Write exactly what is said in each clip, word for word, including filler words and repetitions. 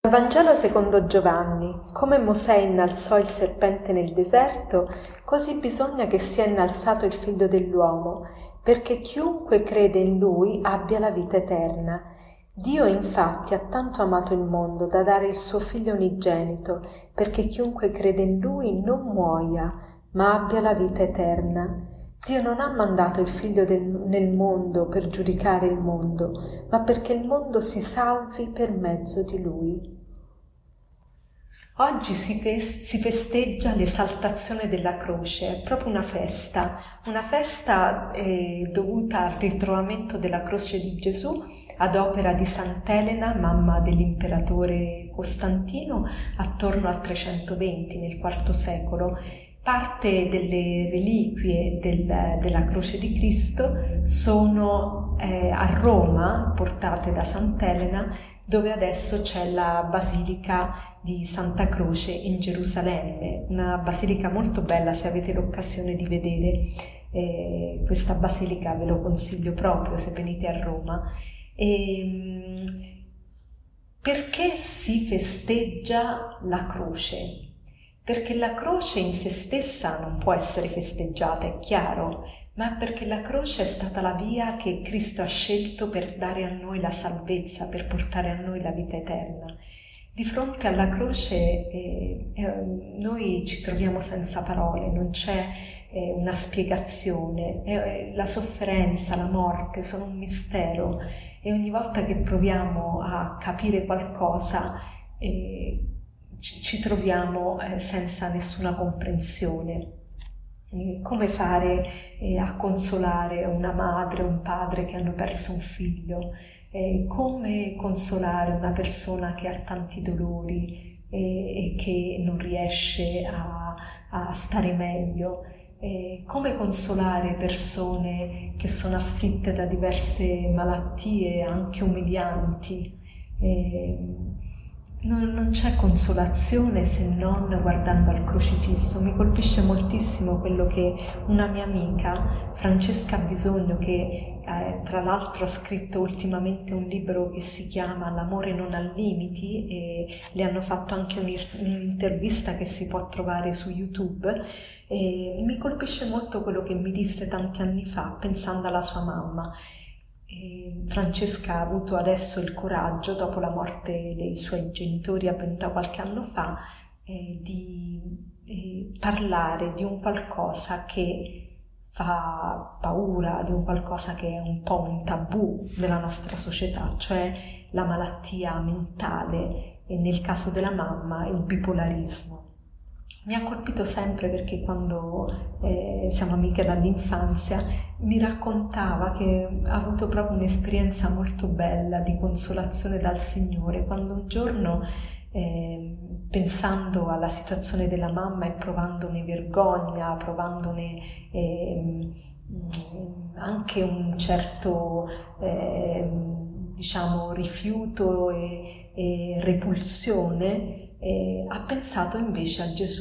Dal Vangelo secondo Giovanni. Come Mosè innalzò il serpente nel deserto, così bisogna che sia innalzato il Figlio dell'uomo, perché chiunque crede in Lui abbia la vita eterna. Dio infatti ha tanto amato il mondo da dare il suo Figlio unigenito, perché chiunque crede in Lui non muoia, ma abbia la vita eterna. Dio non ha mandato il Figlio del, nel mondo per giudicare il mondo, ma perché il mondo si salvi per mezzo di Lui. Oggi si, fes- si festeggia l'esaltazione della croce, è proprio una festa, una festa eh, dovuta al ritrovamento della croce di Gesù ad opera di Sant'Elena, mamma dell'imperatore Costantino, attorno al trecentoventi, nel quarto secolo. Parte delle reliquie del, della croce di Cristo sono eh, a Roma, portate da Sant'Elena, dove adesso c'è la Basilica di Santa Croce in Gerusalemme, una basilica molto bella. Se avete l'occasione di vedere eh, questa basilica ve lo consiglio proprio se venite a Roma. E, perché si festeggia la croce? Perché la croce in se stessa non può essere festeggiata, è chiaro, ma perché la croce è stata la via che Cristo ha scelto per dare a noi la salvezza, per portare a noi la vita eterna. Di fronte alla croce eh, eh, noi ci troviamo senza parole, non c'è eh, una spiegazione, eh, la sofferenza, la morte sono un mistero e ogni volta che proviamo a capire qualcosa eh, ci, ci troviamo eh, senza nessuna comprensione. Eh, come fare eh, a consolare una madre o un padre che hanno perso un figlio? Eh, come consolare una persona che ha tanti dolori e, e che non riesce a, a stare meglio? Eh, come consolare persone che sono afflitte da diverse malattie anche umilianti? Eh, non, non c'è consolazione se non guardando al crocifisso. Mi colpisce moltissimo quello che una mia amica, Francesca Bisogno, che Eh, tra l'altro ha scritto ultimamente un libro che si chiama L'amore non ha limiti e le hanno fatto anche un'intervista che si può trovare su YouTube, e mi colpisce molto quello che mi disse tanti anni fa pensando alla sua mamma. E Francesca ha avuto adesso il coraggio, dopo la morte dei suoi genitori avvenuta qualche anno fa, eh, di eh, parlare di un qualcosa che fa paura, di un qualcosa che è un po' un tabù della nostra società, cioè la malattia mentale e nel caso della mamma il bipolarismo. Mi ha colpito sempre perché quando eh, siamo amiche dall'infanzia mi raccontava che ha avuto proprio un'esperienza molto bella di consolazione dal Signore, quando un giorno Eh, pensando alla situazione della mamma e provandone vergogna, provandone eh, anche un certo eh, diciamo rifiuto e, e repulsione, eh, ha pensato invece a Gesù.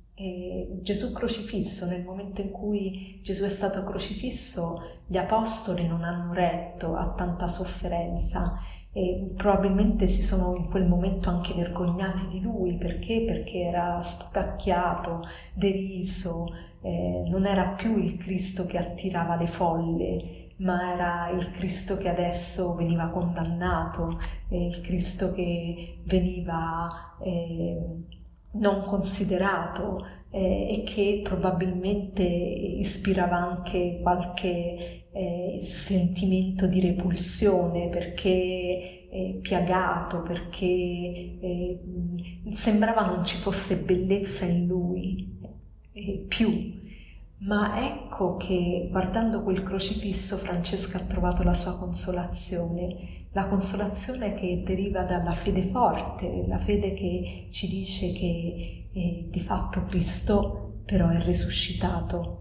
E Gesù crocifisso. Nel momento in cui Gesù è stato crocifisso, gli apostoli non hanno retto a tanta sofferenza e probabilmente si sono in quel momento anche vergognati di lui. Perché? Perché era sputacchiato, deriso, eh, non era più il Cristo che attirava le folle, ma era il Cristo che adesso veniva condannato, eh, il Cristo che veniva eh, non considerato eh, e che probabilmente ispirava anche qualche eh, sentimento di repulsione, perché eh, piagato, perché eh, sembrava non ci fosse bellezza in lui eh, più. Ma ecco che guardando quel crocifisso Francesca ha trovato la sua consolazione, la consolazione che deriva dalla fede forte, la fede che ci dice che eh, di fatto Cristo però è risuscitato.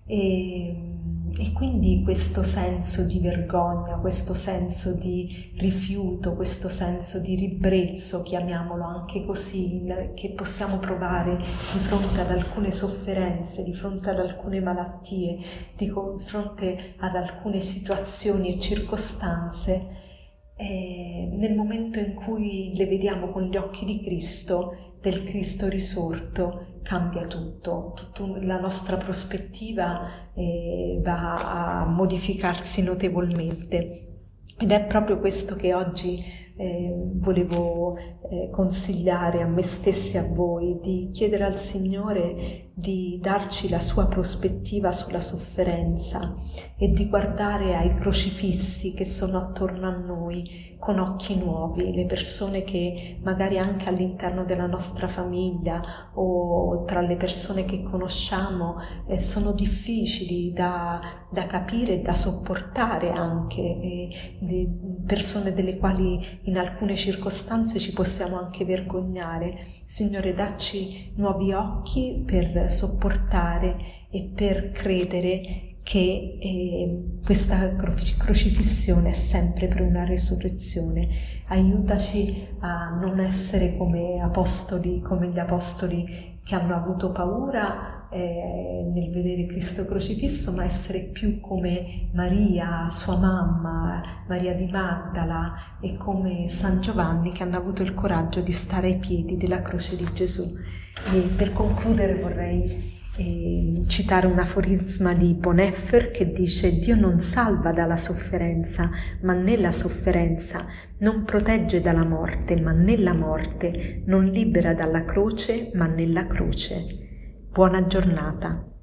E, e quindi questo senso di vergogna, questo senso di rifiuto, questo senso di ribrezzo, chiamiamolo anche così, che possiamo provare di fronte ad alcune sofferenze, di fronte ad alcune malattie, di fronte ad alcune situazioni e circostanze, eh, nel momento in cui le vediamo con gli occhi di Cristo, del Cristo risorto, cambia tutto, tutto la nostra prospettiva eh, va a modificarsi notevolmente. Ed è proprio questo che oggi eh, volevo eh, consigliare a me stessi e a voi, di chiedere al Signore di darci la sua prospettiva sulla sofferenza e di guardare ai crocifissi che sono attorno a noi con occhi nuovi, le persone che magari anche all'interno della nostra famiglia o tra le persone che conosciamo eh, sono difficili da, da capire e da sopportare anche, eh, di persone delle quali in alcune circostanze ci possiamo anche vergognare. Signore, dacci nuovi occhi per sopportare e per credere che eh, questa crocifissione è sempre per una resurrezione. Aiutaci a non essere come apostoli, come gli apostoli che hanno avuto paura eh, nel vedere Cristo crocifisso, ma essere più come Maria, sua mamma, Maria di Magdala, e come San Giovanni, che hanno avuto il coraggio di stare ai piedi della croce di Gesù. E per concludere vorrei E citare un aforisma di Bonhoeffer che dice: Dio non salva dalla sofferenza, ma nella sofferenza, non protegge dalla morte, ma nella morte, non libera dalla croce, ma nella croce. Buona giornata.